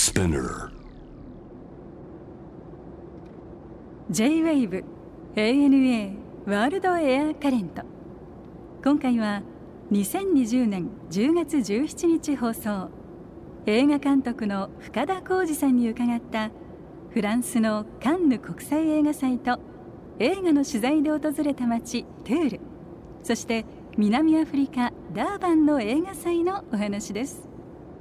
Spinner J-WAVE ANA ワールドエアカレント。今回は2020年10月17日放送、映画監督の深田晃司さんに伺ったフランスのカンヌ国際映画祭と映画の取材で訪れた街トゥール、そして南アフリカダーバンの映画祭のお話です。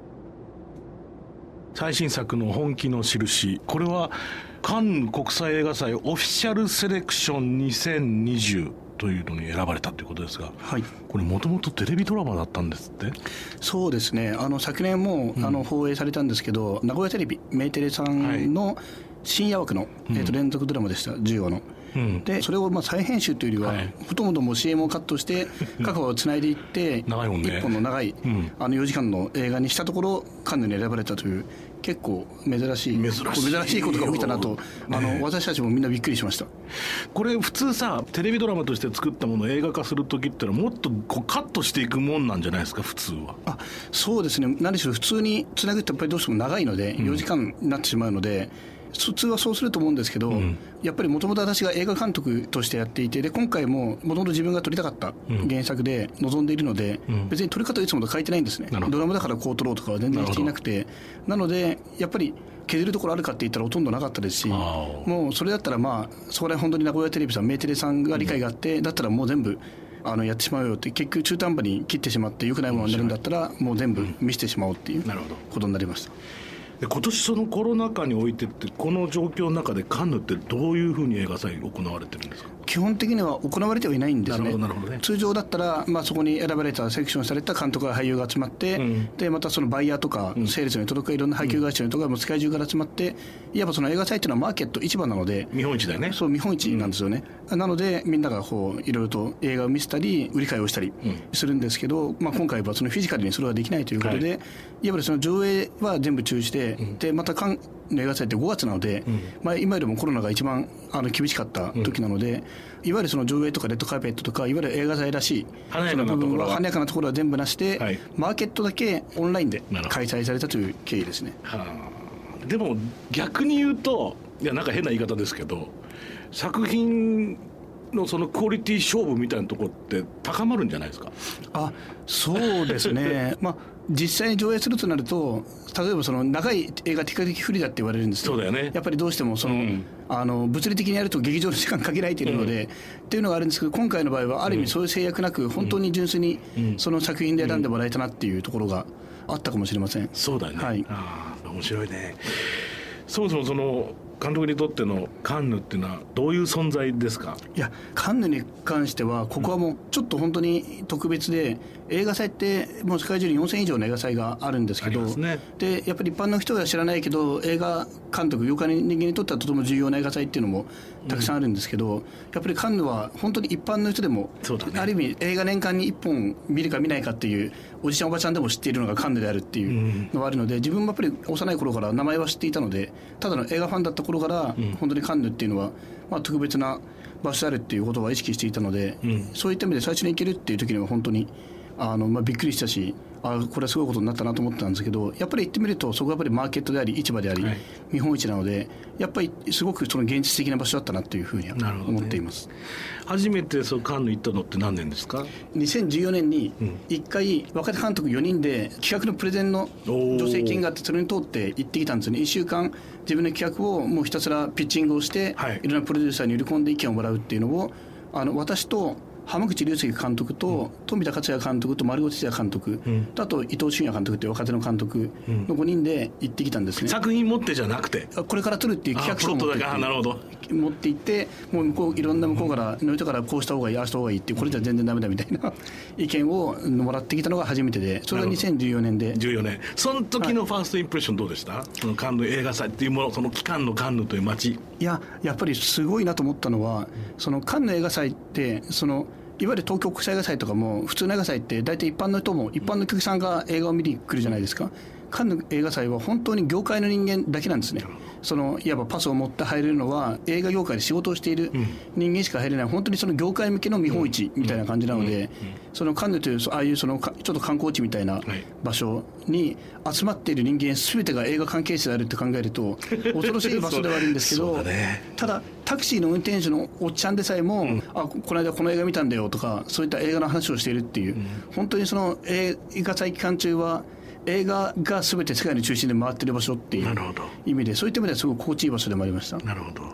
最新作の本気の印、これはカンヌ国際映画祭オフィシャルセレクション2020というのに選ばれたということですが、はい、これもともとテレビドラマだったんですって。 そうですね、昨年も、放映されたんですけど、名古屋テレビメイテレさんの深夜枠の、連続ドラマでした、10話の。でそれを再編集というよりは、ほとんどもう CM をカットして各話をつないでいって長いもんね、 1本の長い、4時間の映画にしたところカンヌに選ばれたという、結構珍しいことが起きたなと、私たちもみんなびっくりしました。 これ普通さ、テレビドラマとして作ったものを映画化するときってのはもっとカットしていくもんなんじゃないですか、普通は。 そうですね、何でしろ普通につなぐってやっぱりどうしても長いので、4時間になってしまうので、普通はそうすると思うんですけど、やっぱりもともと私が映画監督としてやっていて、で今回ももともと自分が撮りたかった原作で臨んでいるので、別に撮り方はいつもと変えてないんですね。ドラマだからこう撮ろうとかは全然していなくて、なのでやっぱり削るところあるかって言ったらほとんどなかったですし、もうそれだったらそれは本当に名古屋テレビさん、メイテレさんが理解があって、だったらもう全部やってしまうよって、結局中途半端に切ってしまって良くないものになるんだったらもう全部見せてしまおうっていうことになりました。 で今年そのコロナ禍においてって、この状況の中でカンヌってどういうふうに映画祭行われてるんですか？ 基本的には行われてはいないんですね。 なるほどね。 通常だったら、そこに選ばれたセレクションされた監督や俳優が集まって、でまたそのバイヤーとか、セールスに届くいろんな配給会社とかも世界中から集まって、いわばその映画祭っていうのはマーケット、市場なので、 見本市だよね。 そう、見本市なんですよね。なのでみんながいろいろと映画を見せたり売り買いをしたりするんですけど、今回はそのフィジカルにそれはできないということで、いわばその上映は全部中止で、でまたカンヌ映画祭って5月なので、今よりもコロナが一番厳しかった時なので、いわゆるその上映とかレッドカーペットとか、いわゆる映画祭らしい華やかなところは全部なしで、マーケットだけオンラインで開催されたという経緯ですね。 でも逆に言うと、なんか変な言い方ですけど、作品のそのクオリティ勝負みたいなところって高まるんじゃないですか？ そうですね実際に上映するとなると、例えばその長い映画、比較的不利だって言われるんですけど、 そうだよね。 やっぱりどうしても物理的にやると劇場の時間限られているので、っていうのがあるんですけど、今回の場合はある意味そういう制約なく、本当に純粋にその作品で選んでもらえたなっていうところがあったかもしれません。 そうだよね、面白いね。そもそもその監督にとってのカンヌっていうのはどういう存在ですか？ カンヌに関してはここはもうちょっと本当に特別で、映画祭ってもう世界中に4000以上の映画祭があるんですけど、でやっぱり一般の人が知らないけど、映画監督、業界の人間にとってはとても重要な映画祭っていうのもたくさんあるんですけど、やっぱりカンヌは本当に一般の人でも、ある意味映画年間に1本見るか見ないかっていうおじちゃんおばちゃんでも知っているのがカンヌであるっていうのがあるので、自分もやっぱり幼い頃から名前は知っていたので、ただの映画ファンだった頃から本当にカンヌっていうのは特別な場所であるっていうことは意識していたので、そういった意味で最初に行けるっていう時には本当にびっくりしたし、これはすごいことになったなと思ったんですけど、やっぱり行ってみるとそこはやっぱりマーケットであり市場であり、見本市なので、やっぱりすごくその現実的な場所だったなというふうには思っています。 初めてカンヌ行ったのって何年ですか ？2014年に1回若手監督4人で企画のプレゼンの助成金があって、それに通って行ってきたんですよね。1週間自分の企画をもうひたすらピッチングをして、いろんなプロデューサーに売り込んで意見をもらうっていうのを、私と浜口竜介監督と富田克也監督と丸尾哲也監督、あと伊藤俊也監督という若手の監督の5人で行ってきたんですね。 作品持ってじゃなくて、 これから撮るっていう企画書を持って行って、もういろんな向こうからの人からこうした方がいい、ああした方がいいっていう、これじゃ全然ダメだみたいな意見をもらってきたのが初めてで、それが2014年で。 14年。その時のファーストインプレッションどうでした？そのカンヌ映画祭っていうもの、その期間のカンヌという街。 やっぱりすごいなと思ったのは、そのカンヌ映画祭っていわゆる東京国際映画祭とかも普通の映画祭って大体一般の人も一般のお客さんが映画を見に来るじゃないですか。 カンヌ映画祭は本当に業界の人間だけなんですね。そのいわばパスを持って入れるのは映画業界で仕事をしている人間しか入れない、本当にその業界向けの見本市みたいな感じなので、そのカンヌというああいうそのちょっと観光地みたいな場所に集まっている人間全てが映画関係者であるって考えると恐ろしい場所ではあるんですけどただタクシーの運転手のおっちゃんでさえも、この間この映画見たんだよとか、そういった映画の話をしているっていう、本当にその映画祭期間中は映画が全て世界の中心で回っている場所っていう意味で、そういった意味ではすごく心地いい場所でもありました。 なるほど。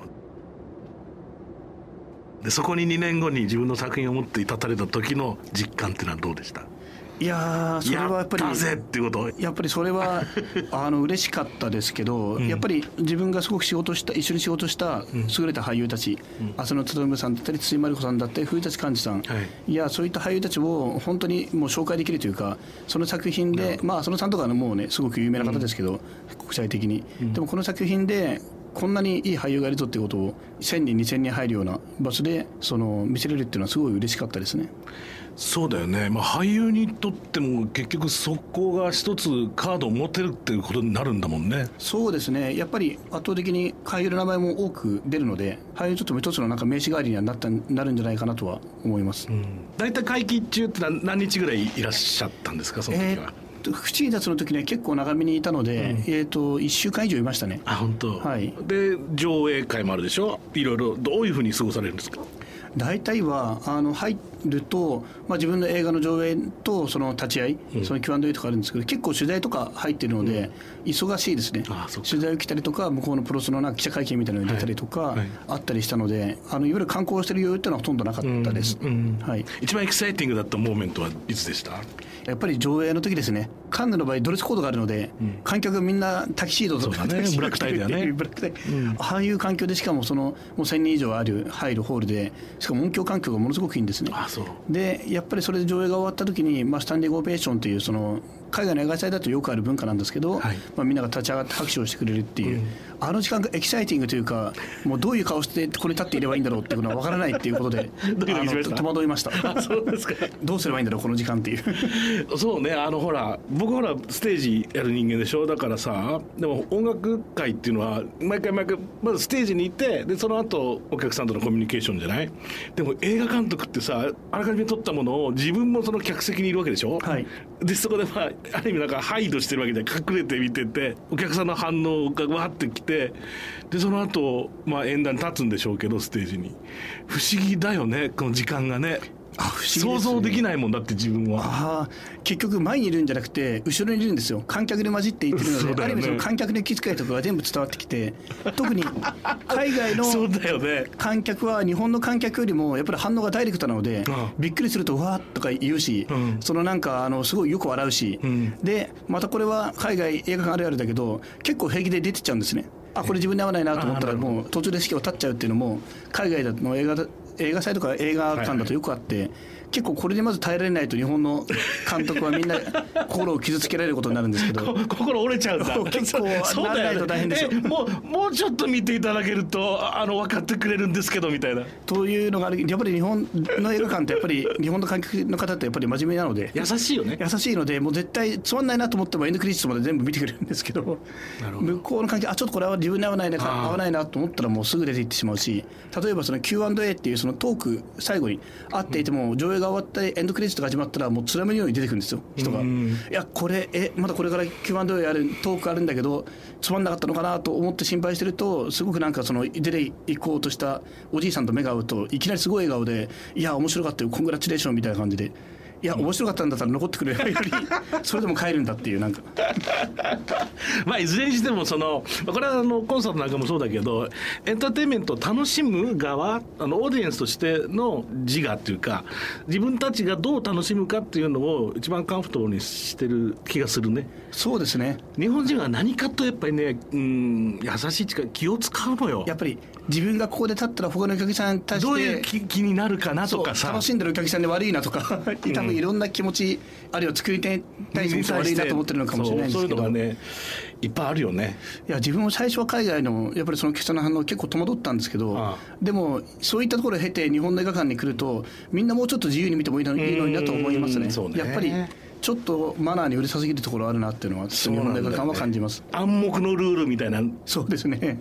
でそこに2年後に自分の作品を持って立たれた時の実感っていうのはどうでした？ いやそれはやっぱりやったぜっていうこと、 やっぱりそれは嬉しかったですけど、やっぱり自分がすごく一緒に仕事した優れた俳優たち、浅野忠さんだったり筒井真理子さんだったり古舘寛治さん、いやそういった俳優たちを本当にもう紹介できるというか、その作品で、浅野さんとかもうねすごく有名な方ですけど、国際的に、でもこの作品でこんなにいい俳優がいるぞっていうことを1000人2000人入るような場所で見せれるっていうのはすごい嬉しかったですね。 そうだよね、俳優にとっても結局そこが一つカードを持てるっていうことになるんだもんね。 そうですね、やっぱり圧倒的に俳優の名前も多く出るので、俳優にとっても一つのなんか名刺代わりにはなるんじゃないかなとは思います。 大体会期中って何日ぐらいいらっしゃったんですか、その時は。 7月の時には結構長めにいたので、1週間以上いましたね。 本当。 はい。 で上映会もあるでしょ。いろいろどういうふうに過ごされるんですか？ 大体は入ると、自分の映画の上映とその立ち会い、その Q&A とかあるんですけど、結構取材とか入ってるので、忙しいですね。取材を来たりとか、向こうのプロスの記者会見みたいなのに出たりとか、あったりしたので、いわゆる観光してる余裕っていうのはほとんどなかったです。 一番エキサイティングだったモーメントはいつでした？ やっぱり上映の時ですね。カンヌの場合ドレスコードがあるので、観客みんなタキシードとか、 ブラックタイだよね。 ああいう環境で、しかももう1000人以上入るホールで、しかも音響環境がものすごくいいんですね。でやっぱりそれで上映が終わった時に、スタンディングオベーションという海外の映画祭だとよくある文化なんですけど、みんなが立ち上がって拍手をしてくれるっていう、あの時間がエキサイティングというか、もうどういう顔してここに立っていればいいんだろうっていうのは分からないっていうことで戸惑いました。 そうですか。 どうすればいいんだろうこの時間っていうそうね、僕ステージやる人間でしょ。だからさ、でも音楽界っていうのは毎回まずステージにいて、でその後お客さんとのコミュニケーションじゃない。でも映画監督ってさ、あらかじめ撮ったものを自分もその客席にいるわけでしょ。でそこである意味なんかハイドしてるわけじゃ隠れて見てて、お客さんの反応がわーってきて、でその後演壇に立つんでしょうけど、ステージに不思議だよね、この時間がね。想像できないもんだって、自分は。 結局前にいるんじゃなくて後ろにいるんですよ。観客で混じっていってるので、ある意味その観客の気遣いとかが全部伝わってきて、特に海外の観客は日本の観客よりもやっぱり反応がダイレクトなので、びっくりするとわーっとか言うし、すごいよく笑うし、でまたこれは海外映画館あるあるだけど、結構平気で出てっちゃうんですね。これ自分に合わないなと思ったらもう途中で席を立っちゃうっていうのも、海外の映画祭とか映画館だとよくあって、結構これでまず耐えられないと日本の監督はみんな心を傷つけられることになるんですけど心折れちゃうんだ。 結構ならないと大変ですよ。 もうちょっと見ていただけると分かってくれるんですけどみたいな。 というのがある。やっぱり日本の映画館ってやっぱり日本の観客の方ってやっぱり真面目なので、 優しいよね。 優しいので、もう絶対つまんないなと思ってもエンドクレジットまで全部見てくれるんですけど、向こうの観客ちょっとこれは自分に合わないなと思ったらもうすぐ出ていってしまうし、例えばQ&A っていうトーク最後にあっていても、上映が終わってエンドクレジットが始まったらもう津波のように出てくるんですよ、人が。いやこれまだこれから Q&A やるトークあるんだけどつまんなかったのかなと思って心配してると、すごくなんか出ていこうとしたおじいさんと目が合うと、いきなりすごい笑顔で、いや面白かったよ、コングラチュレーションみたいな感じで、いや面白かったんだったら残ってくれるよりそれでも帰るんだっていう、なんかいずれにしてもこれはコンサートなんかもそうだけど、エンターテインメントを楽しむ側、オーディエンスとしての自我っていうか、自分たちがどう楽しむかっていうのを一番カンフォタブルにしてる気がするね。 そうですね。 日本人は何かとやっぱりね、優しい力、気を使うのよ。 やっぱり自分がここで立ったら他のお客さんに対してどういう気になるかなとかさ、 楽しんでるお客さんで悪いなとか多分いろんな気持ち、あるいは作り手に対して悪いなと思ってるのかもしれないんですけど、 そういうのがねいっぱいあるよね。 いや自分も最初は海外のやっぱりその人の反応結構戸惑ったんですけど、でもそういったところを経て日本の映画館に来ると、みんなもうちょっと自由に見てもいいのになと思いますね。やっぱりちょっとマナーにうるさすぎるところあるなっていうのは日本の映画館は感じます。 暗黙のルールみたいな。 そうですね、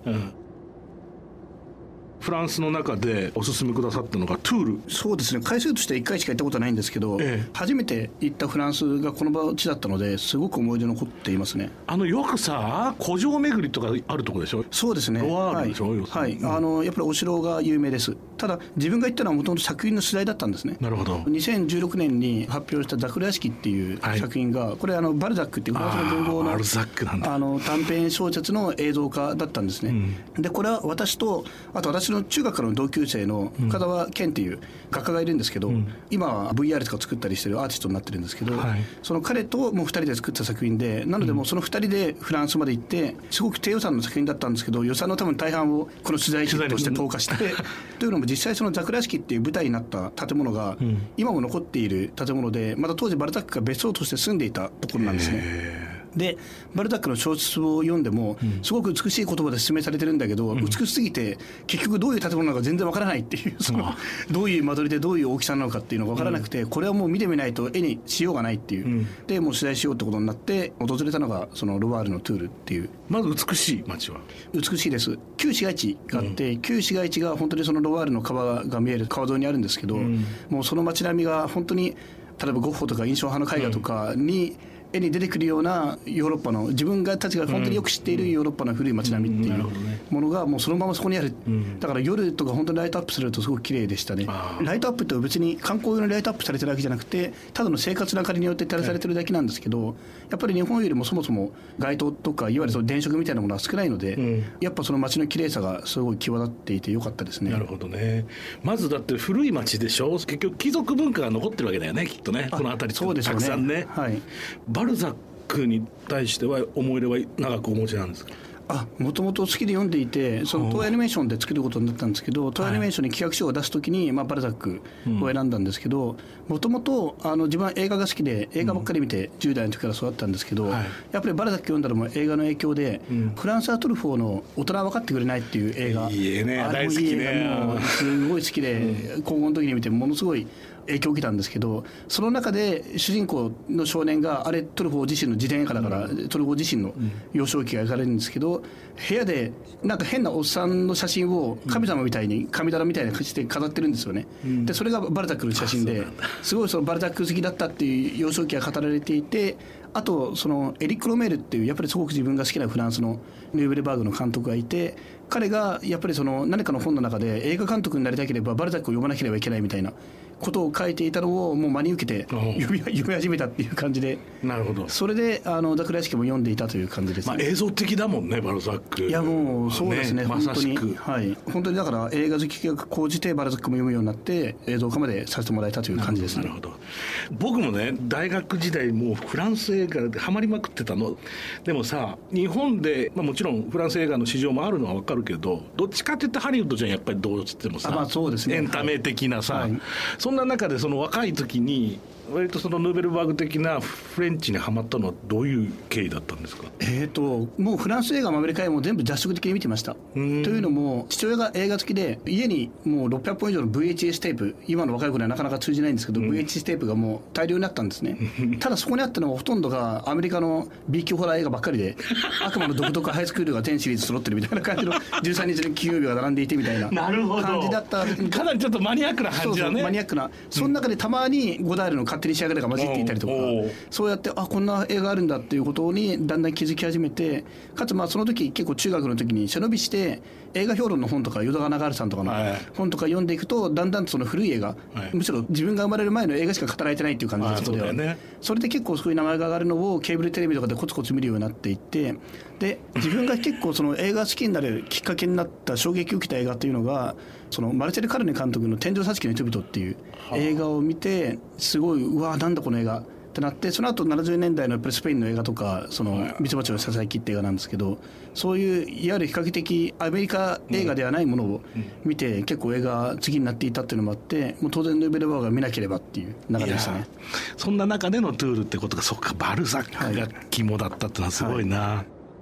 フランスの中でおすすめくださったのがトゥール。 そうですね、回数としては1回しか行ったことないんですけど、初めて行ったフランスがこの地だったのですごく思い出残っていますね。 よくさ古城巡りとかあるところでしょ。 そうですね、 ロワールでしょ、 はい、やっぱりお城が有名です。ただ自分が行ったのはもともと作品の取材だったんですね。 なるほど。 2016年に発表したザクロ屋敷っていう作品が、これバルザックっていうフランスの文豪のバルザックなんだ短編小説の映像化だったんですね、でこれは私とあと私の中学からの同級生の深澤健っていう画家がいるんですけど、今は VR とか作ったりしてるアーティストになってるんですけど、その彼ともう2人で作った作品で、なのでもうその2人でフランスまで行って、すごく低予算の作品だったんですけど、予算の多分大半をこの取材費として投下してというのも実際そのザクラ式っていう舞台になった建物が今も残っている建物で、まだ当時バルザックが別荘として住んでいたところなんですね。でバルザックの小説を読んでもすごく美しい言葉で説明されてるんだけど、美しすぎて結局どういう建物なのか全然わからないっていう、どういう間取りでどういう大きさなのかっていうのがわからなくて、これはもう見てみないと絵にしようがないっていう、でもう取材しようってことになって訪れたのがそのロワールのトゥールっていう。 まず美しい街は美しいです。旧市街地があって、旧市街地が本当にそのロワールの川が見える川沿いにあるんですけど、もうその街並みが本当に例えばゴッホとか印象派の絵画とかに、絵に出てくるようなヨーロッパの、自分たちが本当によく知っているヨーロッパの古い街並みっていうものがもうそのままそこにある、だから夜とか本当にライトアップするとすごく綺麗でしたね。ライトアップって別に観光用にライトアップされてるわけじゃなくて、ただの生活の明かりによって照らされてるだけなんですけど、やっぱり日本よりもそもそも街灯とかいわゆるその電飾みたいなものは少ないので、やっぱその街の綺麗さがすごい際立っていてよかったですね。 なるほどね。まずだって古い街でしょ、結局貴族文化が残ってるわけだよね、きっとね、この辺りってたくさんね。バルザックに対しては思い入れは長くお持ちなんですか。 もともと好きで読んでいて、その東映アニメーションで作ることになったんですけど、東映アニメーションに企画書を出すときに、バルザックを選んだんですけど、もともと自分は映画が好きで映画ばっかり見て10代の時から育ったんですけど、やっぱりバルザック読んだのも映画の影響で、フランスア・トルフォーの大人は分かってくれないっていう映画、 大好きね、 すごい好きで、高校の時に見てものすごい影響を受けたんですけど、その中で主人公の少年が、あれトルフォー自身の自伝映画だから、トルフォー自身の幼少期が描かれるんですけど、部屋でなんか変なおっさんの写真を神様みたいに神棚みたいな感じで飾ってるんですよね。でそれがバルザックの写真で、すごいそのバルザック好きだったっていう幼少期が語られていて、あとそのエリック・ロメールっていうやっぱりすごく自分が好きなフランスのヌーベルバーグの監督がいて、彼がやっぱりその何かの本の中で映画監督になりたければバルザックを読まなければいけないみたいなことを書いていたのをもう真に受けて読み始めたっていう感じで、 なるほど、 それでザクラ屋敷も読んでいたという感じですね。 映像的だもんねバルザック。 いやもうそうですね、本当に、本当にだから映画好きが高じてバルザックも読むようになって映像化までさせてもらえたという感じですね。 なるほど。僕もね大学時代もうフランス映画でハマりまくってたの。でもさ日本で、もちろんフランス映画の市場もあるのは分かるけど、どっちかっていったらハリウッドじゃんやっぱりどうしてもさ、 そうですね、 エンタメ的なさ、そんな中でその若い時に割とそのヌーベルバーグ的なフレンチにハマったのはどういう経緯だったんですか。 もうフランス映画もアメリカ映画も全部雑食的に見てました。というのも父親が映画好きで、家にもう600本以上の VHS テープ、今の若い子にはなかなか通じないんですけど、VHS テープがもう大量になったんですね。ただそこにあったのはほとんどがアメリカの B 級ホラー映画ばっかりで、悪魔の独特ハイスクールが10シリーズ揃ってるみたいな感じの13日の金曜日が並んでいてみたいな感じだった。 かなりちょっとマニアックな感じだね。 マニアックな、その中でたまにゴダールの勝手に仕上がりが混じっていたりとか、そうやってこんな映画あるんだっていうことにだんだん気づき始めて、かつその時結構中学の時に背伸びして映画評論の本とか淀川長治さんとかの本とか読んでいくと、だんだんその古い映画、むしろ自分が生まれる前の映画しか語られてないっていう感じですので、それで結構そういう名前が上がるのをケーブルテレビとかでコツコツ見るようになっていって、で自分が結構その映画好きになるきっかけになった衝撃を受けた映画というのが、そのマルチェル・カルネ監督の天井桟敷の人々っていう映画を見て、すごい、うわなんだこの映画ってなって、その後70年代のやっぱりスペインの映画とか、そのミツバチのささやきって映画なんですけど、そういういわゆる比較的アメリカ映画ではないものを見て、結構映画好きになっていたっていうのもあって、もう当然ヌーベルバーグが見なければっていう流れでしたね。 そんな中でのトゥールってことが、そっか、バルザックが肝だったってのはすごいな。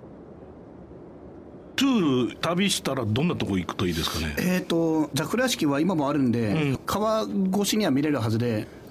トゥール旅したらどんなとこ行くといいですかね。 ザクラ屋敷は今もあるんで、川越しには見れるはずで、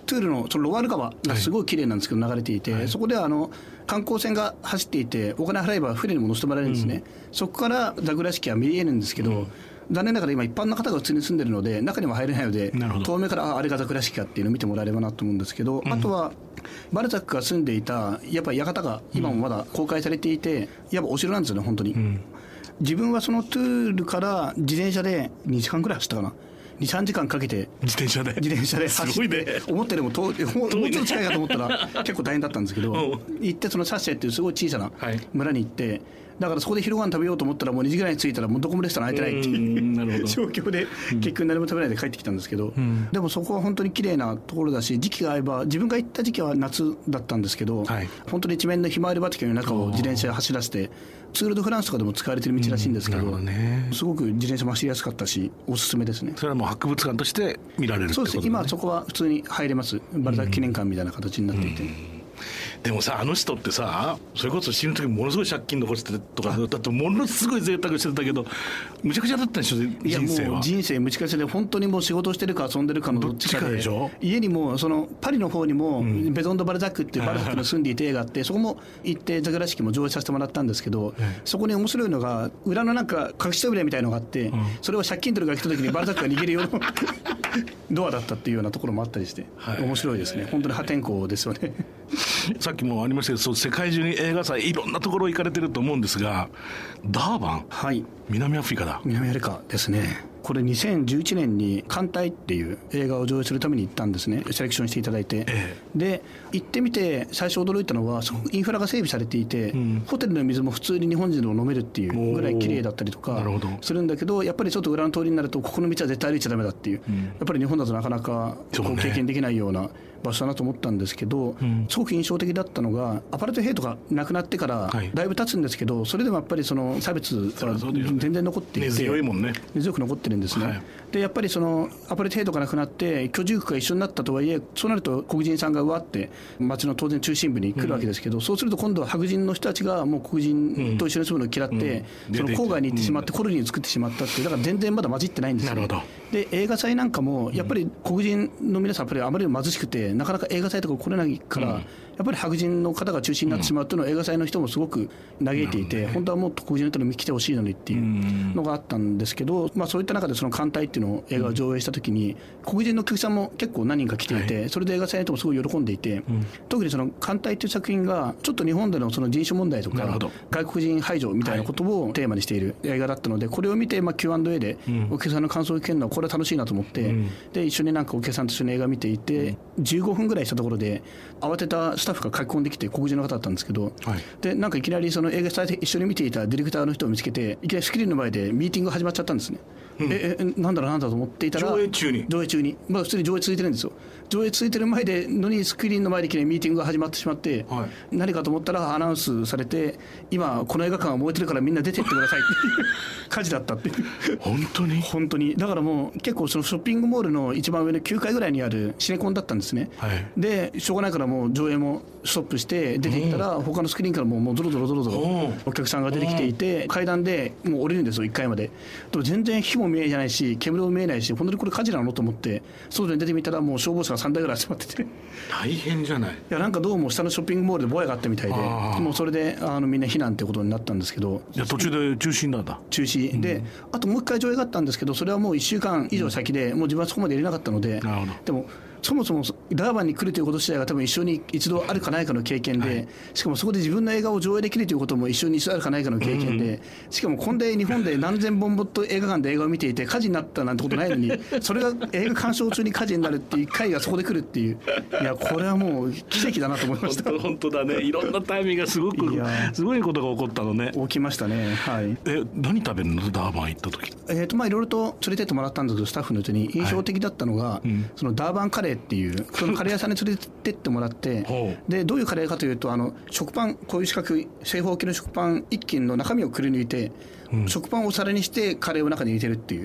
トゥールのそのロワール川がすごい綺麗なんですけど流れていて、はい、そこでは観光船が走っていてお金払えば船にも乗せてもらえるんですね、そこからザグラ式は見えるんですけど、残念ながら今一般の方が普通に住んでるので中にも入れないので、遠目からあれがザグラ式かっていうのを見てもらえればなと思うんですけど、あとはバルザックが住んでいたやっぱり館が今もまだ公開されていて、やっぱお城なんですよね本当に、自分はそのトゥールから自転車で2時間くらい走ったかな、2、3時間かけて自転車で走って、ね、思ったよりももうちょっと近いかと思ったら結構大変だったんですけど行ってそのサッシェっていうすごい小さな村に行って、だからそこで昼ご飯食べようと思ったらもう2時ぐらいに着いたらもうどこもレストラン空いてないっていう状況で結局何も食べないで帰ってきたんですけど、でもそこは本当に綺麗なところだし、時期が合えば自分が行った時期は夏だったんですけど、本当に一面のひまわり畑の中を自転車で走らせて、ツール・ド・フランスとかでも使われてる道らしいんですけど、すごく自転車も走りやすかったしおすすめですね。 それはもう博物館として見られるってことですね。 そうです、今そこは普通に入れます。バルザック記念館みたいな形になっていて、 でもさ、あの人ってさ、それこそ死ぬ時ものすごい借金残してとかだとものすごい贅沢してたけどむちゃくちゃだったでしょ人生は。 いやもう人生むちゃくちゃで、本当にもう仕事してるか遊んでるかのどっちかでしょ。家にもそのパリの方にもベゾン・ド・バルザックっていうバルザックの住んでいて映画あって、そこも行ってザグラ式も上映させてもらったんですけど、そこに面白いのが裏のなんか隠し扉みたいのがあって、それを借金取るが来た時にバルザックが逃げるようなドアだったっていうようなところもあったりして、面白いですね。本当に破天荒ですよねさっきもありましたけど、世界中に映画祭いろんなところ行かれてると思うんですが、ダーバン、 はい、 南アフリカだ。 南アフリカですね。これ2011年に艦隊っていう映画を上映するために行ったんですね。セレクションしていただいて、で行ってみて最初驚いたのはすごくインフラが整備されていて、ホテルの水も普通に日本人でも飲めるっていうぐらい綺麗だったりとかするんだけど、やっぱりちょっと裏の通りになるとここの道は絶対歩いちゃダメだっていう、やっぱり日本だとなかなかこう経験できないような場所だなと思ったんですけど、すごく印象的だったのがアパルトヘイトがなくなってからだいぶ経つんですけど、それでもやっぱりその差別が全然残っていて、 根強いもんね。 根強く残ってるんですね、でやっぱりそのアパルトヘイトがなくなって居住区が一緒になったとはいえ、そうなると黒人さんがうわって街の当然中心部に来るわけですけど、そうすると今度は白人の人たちがもう黒人と一緒に住むのを嫌って、その郊外に行ってしまってコロニーを作ってしまったっていう、だから全然まだ混じってないんですよ。で映画祭なんかもやっぱり黒人の皆さんやっぱりあまりにも貧しくてなかなか映画祭とか来れないから、やっぱり白人の方が中心になってしまうというのを映画祭の人もすごく嘆いていて、本当はもっと黒人の人に来てほしいのにっていうのがあったんですけど、そういった中でその艦隊っていうのを映画を上映した時に黒人のお客さんも結構何人か来ていて、それで映画祭の人もすごい喜んでいて、特にその艦隊っていう作品がちょっと日本でのその人種問題とか外国人排除みたいなことをテーマにしている映画だったので、これを見てQ&A でお客さんの感想を聞けるのはこれは楽しいなと思って、で一緒になんかお客さんと一緒に映画見ていて、15分ぐらいしたところで慌てたスタッフが書き込んできて、黒人の方だったんですけど、でなんかいきなりその映画祭で一緒に見ていたディレクターの人を見つけて、いきなりスクリーンの前でミーティングが始まっちゃったんですね。なんだと思っていたら、 上映中に普通に上映続いてるんですよ。上映続いてる前でのにスクリーンの前でいきなりミーティングが始まってしまって、何かと思ったらアナウンスされて、今この映画館が燃えてるからみんな出てってくださいっていう火事だったっていう。本当にだからもう結構そのショッピングモールの一番上の9階ぐらいにあるシネコンだったんですね、でしょうがないからもう上映もストップして出ていったら、他のスクリーンからもうゾロゾロお客さんが出てきていて、階段でもう降りるんですよ1階まで。でも全然火も見えないし煙も見えないし、本当にこれ火事なのと思って外に出てみたら、もう消防車が3台ぐらい集まってて大変じゃない。いやなんかどうも下のショッピングモールでぼやがあったみたいで、もうそれでみんな避難ってことになったんですけど、 いや途中で中止になった。 中止で、あともう一回上映があったんですけど、それはもう1週間以上先で、もう自分はそこまで入れなかったので、でもそもそもダーバンに来るということ自体が多分一生に一度あるかないかの経験で、しかもそこで自分の映画を上映できるということも一生に一度あるかないかの経験で、しかもこんで日本で何千本もと映画館で映画を見ていて火事になったなんてことないのに、それが映画鑑賞中に火事になるっていう回がそこで来るっていう、いやこれはもう奇跡だなと思いました。 本当だね。いろんなタイミングがすごくすごいことが起こったのね。 起きましたね。 何食べるのダーバン行った時。 いろいろと連れてってもらったんですけど、スタッフのうちに印象的だったのが、そのダーバンカレーっていうそのカレー屋さんに連れてってもらってでどういうカレーかというと、食パン、こういう四角い正方形の食パン1斤の中身をくり抜いて、食パンをお皿にしてカレーを中に入れてるっていう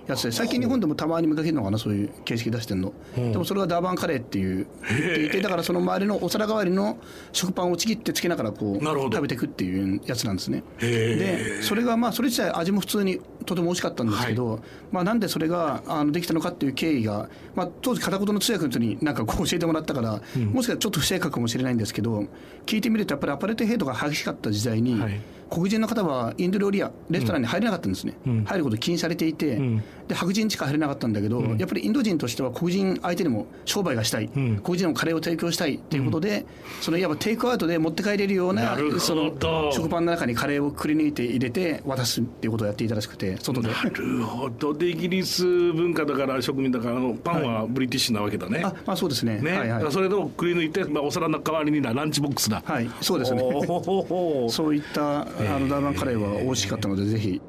やつで、最近日本でもたまに見かけるのかな、そういう形式出してるの、でもそれはダーバンカレーっていう言っていて、だからその周りのお皿代わりの食パンをちぎってつけながらこう食べていくっていうやつなんですね。でそれがそれ自体味も普通にとても美味しかったんですけど、なんでそれができたのかっていう経緯が、当時片言の通訳の人になんかこう教えてもらったから、もしかしたらちょっと不正確かもしれないんですけど、聞いてみるとやっぱりアパルトヘイトが激しかった時代に、黒人の方はインド料理屋レストランに入れなかったんですね、入ること禁止されていて、で白人しか入れなかったんだけど、やっぱりインド人としては黒人相手にも商売がしたい、黒人のカレーを提供したいということで、そのいわばテイクアウトで持って帰れるようなその食パンの中にカレーをくり抜いて入れて渡すっていうことをやっていたらしくて、外で。 なるほど。でイギリス文化だから植民だからパンはブリティッシュなわけだね。 そうですね。 それをくり抜いて、お皿の代わりにランチボックスだ。 そうですね。そういったダーバンカレーは美味しかったので、ぜひ。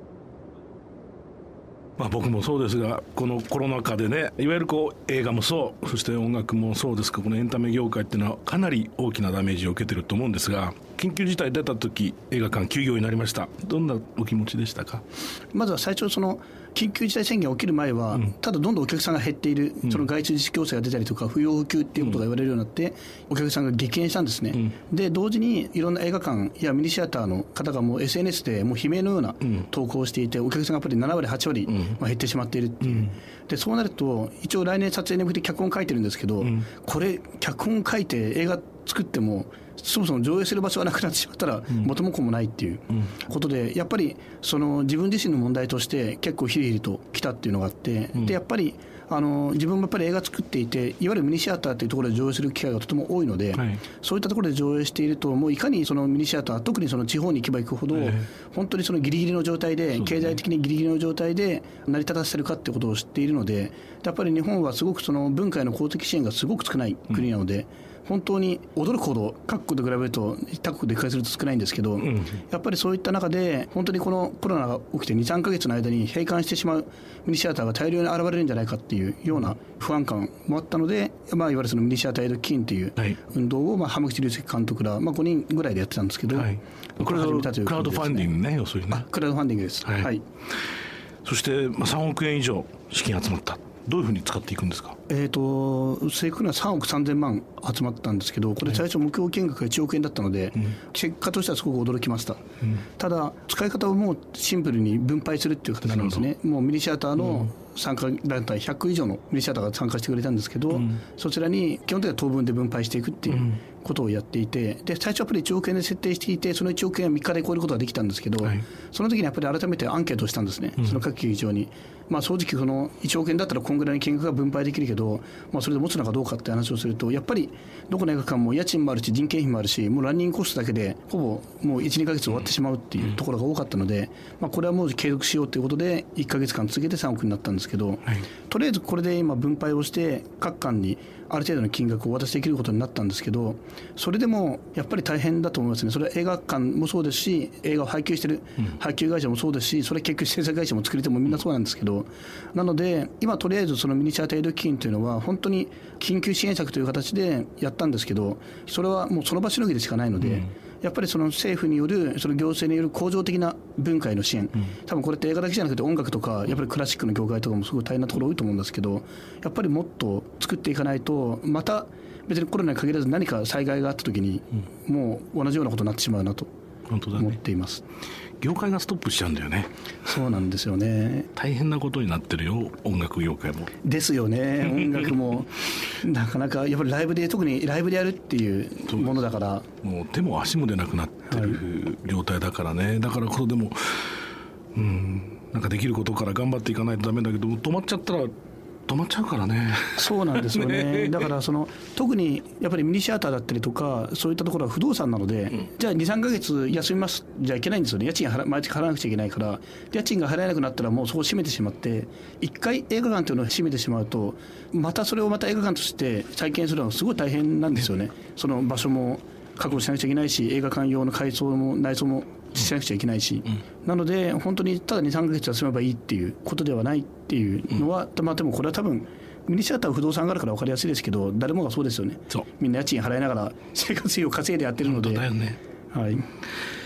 僕もそうですが、このコロナ禍でね、いわゆる映画もそう、そして音楽もそうですが、このエンタメ業界っていうのはかなり大きなダメージを受けてると思うんですが、緊急事態出た時映画館休業になりました。どんなお気持ちでしたか？ まずは最初、その緊急事態宣言が起きる前は、ただどんどんお客さんが減っている、その外出自粛要請が出たりとか不要不急っていうことが言われるようになって、お客さんが激減したんですね。で同時にいろんな映画館やミニシアターの方がもう SNS でもう悲鳴のような投稿をしていて、お客さんがやっぱり7割8割減ってしまっているっていう。でそうなると、一応来年撮影に向けて脚本書いてるんですけど、これ脚本書いて映画作ってもそもそも上映する場所がなくなってしまったら元も子もないっていうことで、やっぱりその自分自身の問題として結構ヒリヒリときたっていうのがあって、でやっぱり自分もやっぱり映画作っていて、いわゆるミニシアターというところで上映する機会がとても多いので、そういったところで上映していると、もういかにそのミニシアター、特にその地方に行けば行くほど、本当にそのギリギリの状態で、経済的にギリギリの状態で成り立たせるかってことを知っているので、やっぱり日本はすごくその文化への公的支援がすごく少ない国なので、本当に驚くほど各国で比べると他国で比較すると少ないんですけど、やっぱりそういった中で本当にこのコロナが起きて 2,3 ヶ月の間に閉館してしまうミニシアターが大量に現れるんじゃないかっていうような不安感もあったので、いわゆるそのミニシアターエイド基金という運動を浜口竜介監督ら5人ぐらいでやってたんですけど、 これをクラウドファンディングね、要するにね。 クラウドファンディングです。 そして3億円以上資金集まった。どういうふうに使っていくんですか？ 正確には3億3000万集まったんですけど、これ最初目標金額が1億円だったので、結果としてはすごく驚きました。ただ使い方をもうシンプルに分配するっていう形なんですね。もうミニシアターの参加団体100以上のミニシアターが参加してくれたんですけど、そちらに基本的には当分で分配していくっていうことをやっていて、で最初はやっぱり1億円で設定していて、その1億円は3日で超えることができたんですけど、その時にやっぱり改めてアンケートをしたんですね、その各劇場に。正直その1億円だったらこんぐらいの金額が分配できるけど、それで持つのかどうかって話をすると、やっぱりどこの映画館も家賃もあるし人件費もあるし、もうランニングコストだけでほぼもう 1,2 ヶ月終わってしまうっていうところが多かったので、これはもう継続しようということで1ヶ月間続けて3億になったんですけど、とりあえずこれで今分配をして各館にある程度の金額をお渡しできることになったんですけど、それでもやっぱり大変だと思いますね。それは映画館もそうですし、映画を配給している配給会社もそうですし、それ結局制作会社も作り手もみんなそうなんですけど、なので今とりあえずそのミニシアターエイド基金というのは本当に緊急支援策という形でやったんですけど、それはもうその場しのぎでしかないので、やっぱりその政府による、その行政による恒常的な文化への支援、多分これって映画だけじゃなくて音楽とかやっぱりクラシックの業界とかもすごい大変なところ多いと思うんですけど、やっぱりもっと作っていかないと、また別にコロナに限らず何か災害があった時にもう同じようなことになってしまうなと思っています。 業界がストップしちゃうんだよね。 そうなんですよね。 大変なことになってるよ、音楽業界も。 ですよね。音楽もなかなかやっぱりライブで、特にライブでやるっていうものだから、 もう手も足も出なくなってる状態だからね。だからこれでもなんかできることから頑張っていかないとダメだけど、止まっちゃったら止まっちゃうからね。 そうなんですよね。だから特にやっぱりミニシアターだったりとかそういったところは不動産なので、じゃあ 2,3 ヶ月休みますじゃいけないんですよね。家賃毎月払わなくちゃいけないから、家賃が払えなくなったらもうそこを閉めてしまって、一回映画館というのを閉めてしまうと、またそれをまた映画館として再建するのはすごい大変なんですよね。その場所も確保しなくちゃいけないし、映画館用の改装も内装もしなくちゃいけないし、なので本当にただ 2,3 ヶ月休めばいいっていうことではないっていうのは、でもこれは多分ミニシアターは不動産があるから分かりやすいですけど、誰もがそうですよね。みんな家賃払いながら生活費を稼いでやってるので。 本当だよね。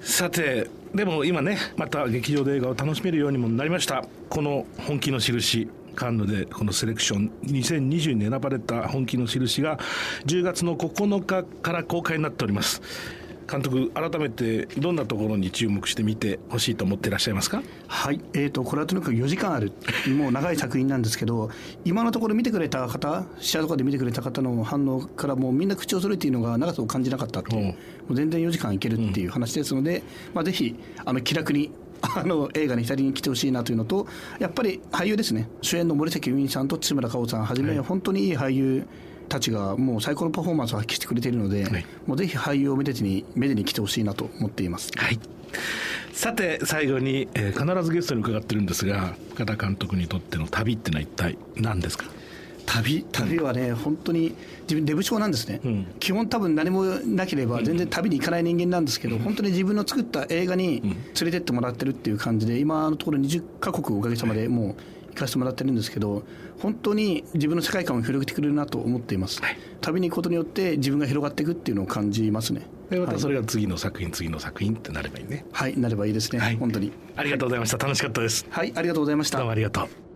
さてでも今ねまた劇場で映画を楽しめるようにもなりました。この本気の印、カンヌでこのセレクション2020に選ばれた本気の印が10月の9日から公開になっております。監督、改めてどんなところに注目して見てほしいと思っていらっしゃいますか？ はい、これはとにかく4時間あるもう長い作品なんですけど今のところ見てくれた方、試写とかで見てくれた方の反応からもうみんな口を揃えているのが長さを感じなかったっていう、もう全然4時間いけるっていう話ですので、ぜひ気楽に映画に浸りに来てほしいなというのと、やっぱり俳優ですね。主演の森崎ウィンさんと津村香央さんはじめ、本当にいい俳優たちがもう最高のパフォーマンスを発揮してくれているので、もうぜひ俳優をめでに来てほしいなと思っています。 はい、さて最後に、必ずゲストに伺ってるんですが、深田監督にとっての旅ってのは一体何ですか？ 旅はね、本当に自分デブ症なんですね、基本多分何もなければ全然旅に行かない人間なんですけど、本当に自分の作った映画に連れてってもらってるっていう感じで、今のところ20カ国おかげさまでもう行かせてもらってるんですけど、本当に自分の世界観を広げてくれるなと思っています、旅に行くことによって自分が広がっていくっていうのを感じますね。 でまたそれが次の作品ってなればいいね。 はい、なればいいですね、本当にありがとうございました。楽しかったです。 はい、ありがとうございました。 どうもありがとう。